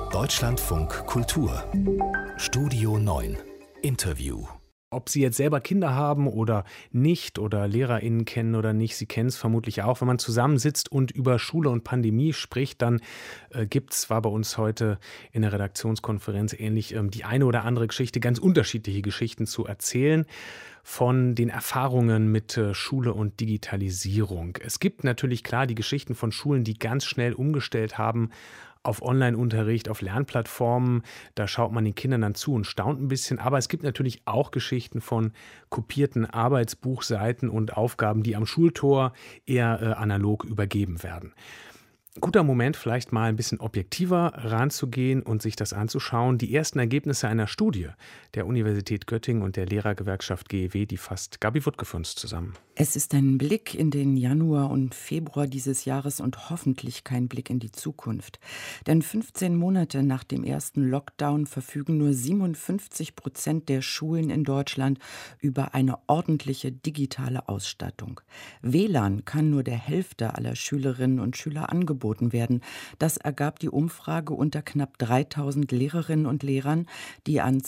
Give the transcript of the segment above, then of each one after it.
Deutschlandfunk Kultur Studio 9 Interview. Ob Sie jetzt selber Kinder haben oder nicht oder LehrerInnen kennen oder nicht, Sie kennen es vermutlich auch. Wenn man zusammensitzt und über Schule und Pandemie spricht, dann war bei uns heute in der Redaktionskonferenz ähnlich die eine oder andere Geschichte, ganz unterschiedliche Geschichten zu erzählen von den Erfahrungen mit Schule und Digitalisierung. Es gibt natürlich klar die Geschichten von Schulen, die ganz schnell umgestellt haben auf Online-Unterricht, auf Lernplattformen. Da schaut man den Kindern dann zu und staunt ein bisschen. Aber es gibt natürlich auch Geschichten von kopierten Arbeitsbuchseiten und Aufgaben, die am Schultor eher analog übergeben werden. Guter Moment, vielleicht mal ein bisschen objektiver ranzugehen und sich das anzuschauen. Die ersten Ergebnisse einer Studie der Universität Göttingen und der Lehrergewerkschaft GEW, die fasst Gabi Wuttke für uns zusammen. Es ist ein Blick in den Januar und Februar dieses Jahres und hoffentlich kein Blick in die Zukunft. Denn 15 Monate nach dem ersten Lockdown verfügen nur 57% der Schulen in Deutschland über eine ordentliche digitale Ausstattung. WLAN kann nur der Hälfte aller Schülerinnen und Schüler angeboten werden. Das ergab die Umfrage unter knapp 3000 Lehrerinnen und Lehrern, die an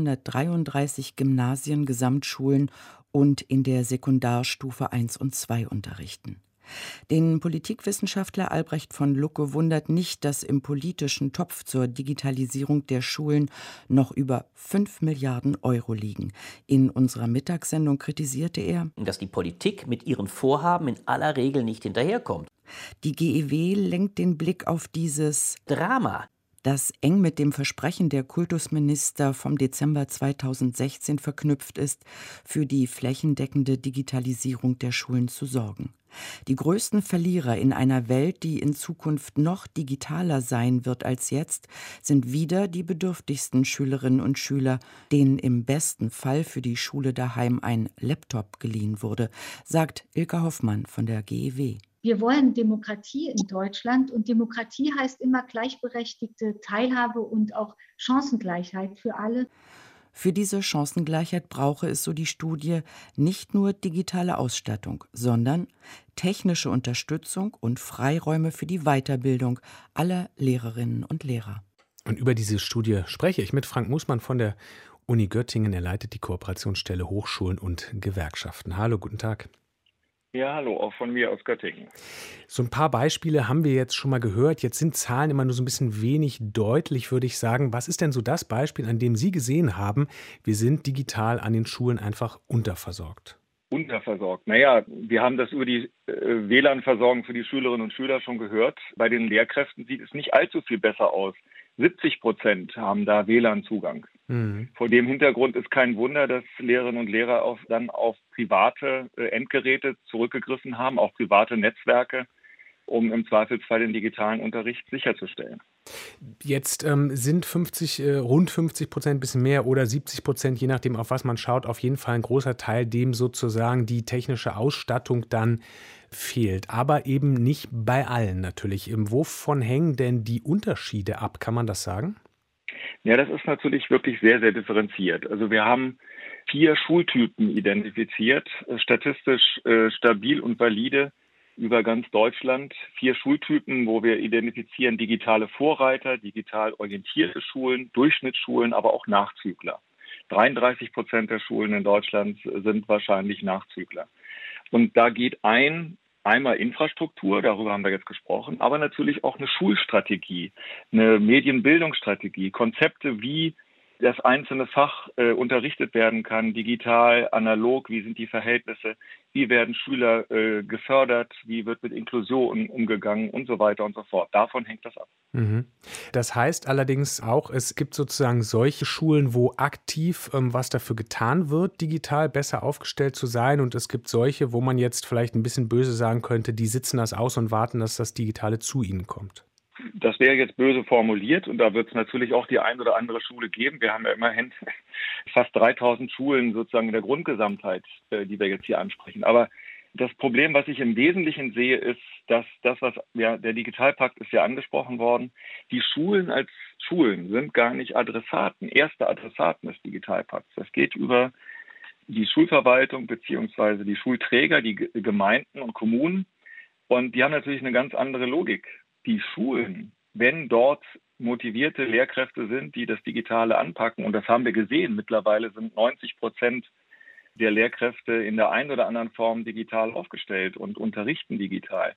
233 Gymnasien, Gesamtschulen und in der Sekundarstufe 1 und 2 unterrichten. Den Politikwissenschaftler Albrecht von Lucke wundert nicht, dass im politischen Topf zur Digitalisierung der Schulen noch über 5 Milliarden Euro liegen. In unserer Mittagssendung kritisierte er, dass die Politik mit ihren Vorhaben in aller Regel nicht hinterherkommt. Die GEW lenkt den Blick auf dieses Drama, das eng mit dem Versprechen der Kultusminister vom Dezember 2016 verknüpft ist, für die flächendeckende Digitalisierung der Schulen zu sorgen. Die größten Verlierer in einer Welt, die in Zukunft noch digitaler sein wird als jetzt, sind wieder die bedürftigsten Schülerinnen und Schüler, denen im besten Fall für die Schule daheim ein Laptop geliehen wurde, sagt Ilka Hoffmann von der GEW. Wir wollen Demokratie in Deutschland und Demokratie heißt immer gleichberechtigte Teilhabe und auch Chancengleichheit für alle. Für diese Chancengleichheit brauche es, so die Studie, nicht nur digitale Ausstattung, sondern technische Unterstützung und Freiräume für die Weiterbildung aller Lehrerinnen und Lehrer. Und über diese Studie spreche ich mit Frank Mußmann von der Uni Göttingen. Er leitet die Kooperationsstelle Hochschulen und Gewerkschaften. Hallo, guten Tag. Ja, hallo, auch von mir aus Göttingen. So ein paar Beispiele haben wir jetzt schon mal gehört. Jetzt sind Zahlen immer nur so ein bisschen wenig deutlich, würde ich sagen. Was ist denn so das Beispiel, an dem Sie gesehen haben, wir sind digital an den Schulen einfach unterversorgt? Unterversorgt. Naja, wir haben das über die WLAN-Versorgung für die Schülerinnen und Schüler schon gehört. Bei den Lehrkräften sieht es nicht allzu viel besser aus. 70% haben da WLAN-Zugang. Vor dem Hintergrund ist kein Wunder, dass Lehrerinnen und Lehrer dann auf private Endgeräte zurückgegriffen haben, auch private Netzwerke, um im Zweifelsfall den digitalen Unterricht sicherzustellen. Jetzt sind rund 50%, ein bisschen mehr oder 70%, je nachdem, auf was man schaut, auf jeden Fall ein großer Teil, dem sozusagen die technische Ausstattung dann fehlt. Aber eben nicht bei allen natürlich. Wovon hängen denn die Unterschiede ab? Kann man das sagen? Ja, das ist natürlich wirklich sehr, sehr differenziert. Also wir haben 4 Schultypen identifiziert, statistisch stabil und valide über ganz Deutschland. 4 Schultypen, wo wir identifizieren digitale Vorreiter, digital orientierte Schulen, Durchschnittsschulen, aber auch Nachzügler. 33% der Schulen in Deutschland sind wahrscheinlich Nachzügler. Und da geht einmal Infrastruktur, darüber haben wir jetzt gesprochen, aber natürlich auch eine Schulstrategie, eine Medienbildungsstrategie, Konzepte, wie das einzelne Fach unterrichtet werden kann, digital, analog, wie sind die Verhältnisse, wie werden Schüler gefördert, wie wird mit Inklusion umgegangen und so weiter und so fort. Davon hängt das ab. Das heißt allerdings auch, es gibt sozusagen solche Schulen, wo aktiv was dafür getan wird, digital besser aufgestellt zu sein, und es gibt solche, wo man jetzt vielleicht ein bisschen böse sagen könnte, die sitzen das aus und warten, dass das Digitale zu ihnen kommt. Das wäre jetzt böse formuliert und da wird es natürlich auch die ein oder andere Schule geben. Wir haben ja immerhin fast 3000 Schulen sozusagen in der Grundgesamtheit, die wir jetzt hier ansprechen. Aber das Problem, was ich im Wesentlichen sehe, ist, dass der Digitalpakt ist ja angesprochen worden, die Schulen als Schulen sind gar nicht Adressaten, erste Adressaten des Digitalpakts. Das geht über die Schulverwaltung bzw. die Schulträger, die Gemeinden und Kommunen, und die haben natürlich eine ganz andere Logik. Die Schulen, wenn dort motivierte Lehrkräfte sind, die das Digitale anpacken, und das haben wir gesehen, mittlerweile sind 90% der Lehrkräfte in der einen oder anderen Form digital aufgestellt und unterrichten digital,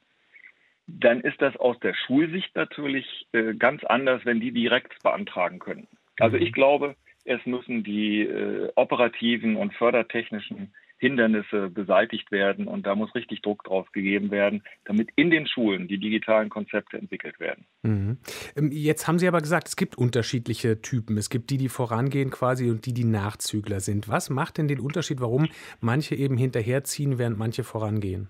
dann ist das aus der Schulsicht natürlich ganz anders, wenn die direkt beantragen können. Also ich glaube, es müssen die operativen und fördertechnischen Hindernisse beseitigt werden, und da muss richtig Druck drauf gegeben werden, damit in den Schulen die digitalen Konzepte entwickelt werden. Mhm. Jetzt haben Sie aber gesagt, es gibt unterschiedliche Typen. Es gibt die, die vorangehen quasi, und die Nachzügler sind. Was macht denn den Unterschied, warum manche eben hinterherziehen, während manche vorangehen?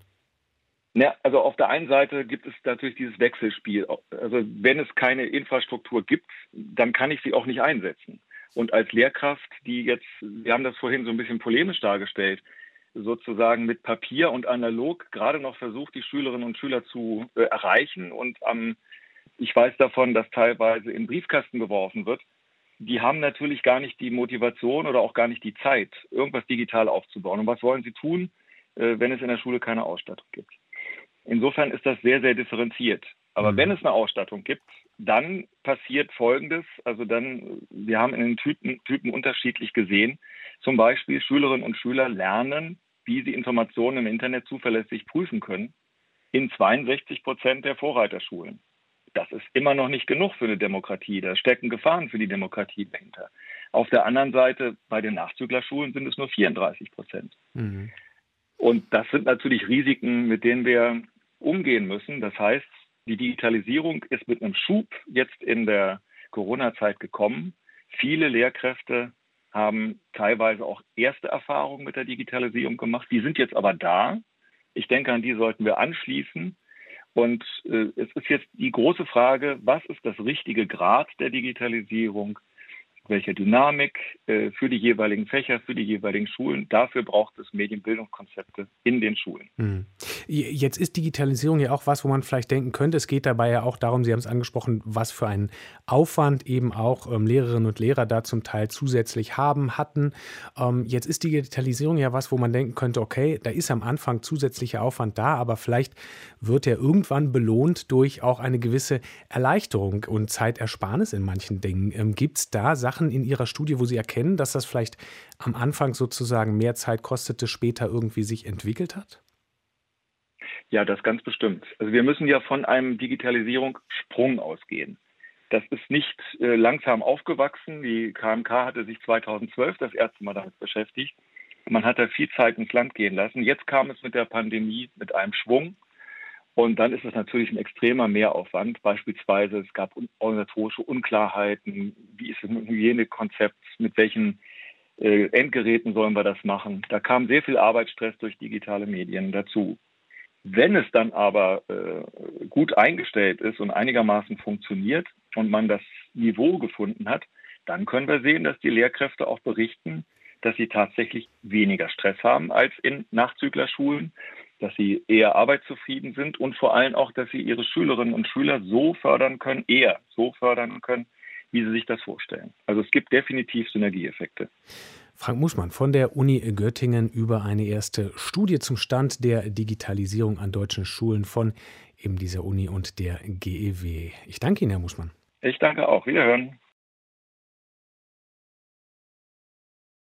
Ja, also auf der einen Seite gibt es natürlich dieses Wechselspiel. Also wenn es keine Infrastruktur gibt, dann kann ich sie auch nicht einsetzen. Und als Lehrkraft, wir haben das vorhin so ein bisschen polemisch dargestellt, sozusagen mit Papier und analog gerade noch versucht, die Schülerinnen und Schüler zu erreichen, und ich weiß davon, dass teilweise in Briefkasten geworfen wird, die haben natürlich gar nicht die Motivation oder auch gar nicht die Zeit, irgendwas digital aufzubauen. Und was wollen sie tun, wenn es in der Schule keine Ausstattung gibt? Insofern ist das sehr, sehr differenziert. Aber wenn es eine Ausstattung gibt, dann passiert Folgendes. Also wir haben in den Typen unterschiedlich gesehen. Zum Beispiel Schülerinnen und Schüler lernen, wie sie Informationen im Internet zuverlässig prüfen können, in 62% der Vorreiterschulen. Das ist immer noch nicht genug für eine Demokratie. Da stecken Gefahren für die Demokratie dahinter. Auf der anderen Seite, bei den Nachzüglerschulen sind es nur 34%. Mhm. Und das sind natürlich Risiken, mit denen wir umgehen müssen. Das heißt, die Digitalisierung ist mit einem Schub jetzt in der Corona-Zeit gekommen. Viele Lehrkräfte haben teilweise auch erste Erfahrungen mit der Digitalisierung gemacht. Die sind jetzt aber da. Ich denke, an die sollten wir anschließen. Und es ist jetzt die große Frage, was ist das richtige Grad der Digitalisierung? Welche Dynamik für die jeweiligen Fächer, für die jeweiligen Schulen? Dafür braucht es Medienbildungskonzepte in den Schulen. Jetzt ist Digitalisierung ja auch was, wo man vielleicht denken könnte, es geht dabei ja auch darum, Sie haben es angesprochen, was für einen Aufwand eben auch Lehrerinnen und Lehrer da zum Teil zusätzlich hatten. Jetzt ist Digitalisierung ja was, wo man denken könnte, okay, da ist am Anfang zusätzlicher Aufwand da, aber vielleicht wird er irgendwann belohnt durch auch eine gewisse Erleichterung und Zeitersparnis in manchen Dingen. Gibt es da Sachen in Ihrer Studie, wo Sie erkennen, dass das vielleicht am Anfang sozusagen mehr Zeit kostete, später irgendwie sich entwickelt hat? Ja, das ganz bestimmt. Also wir müssen ja von einem Digitalisierungssprung ausgehen. Das ist nicht langsam aufgewachsen. Die KMK hatte sich 2012 das erste Mal damit beschäftigt. Man hat da viel Zeit ins Land gehen lassen. Jetzt kam es mit der Pandemie mit einem Schwung. Und dann ist es natürlich ein extremer Mehraufwand. Beispielsweise, es gab organisatorische Unklarheiten. Wie ist es mit dem Hygienekonzept? Mit welchen Endgeräten sollen wir das machen? Da kam sehr viel Arbeitsstress durch digitale Medien dazu. Wenn es dann aber gut eingestellt ist und einigermaßen funktioniert und man das Niveau gefunden hat, dann können wir sehen, dass die Lehrkräfte auch berichten, dass sie tatsächlich weniger Stress haben als in Nachzüglerschulen, dass sie eher arbeitszufrieden sind und vor allem auch, dass sie ihre Schülerinnen und Schüler eher so fördern können, wie sie sich das vorstellen. Also es gibt definitiv Synergieeffekte. Frank Muschmann von der Uni Göttingen über eine erste Studie zum Stand der Digitalisierung an deutschen Schulen von eben dieser Uni und der GEW. Ich danke Ihnen, Herr Muschmann. Ich danke auch. Wiederhören.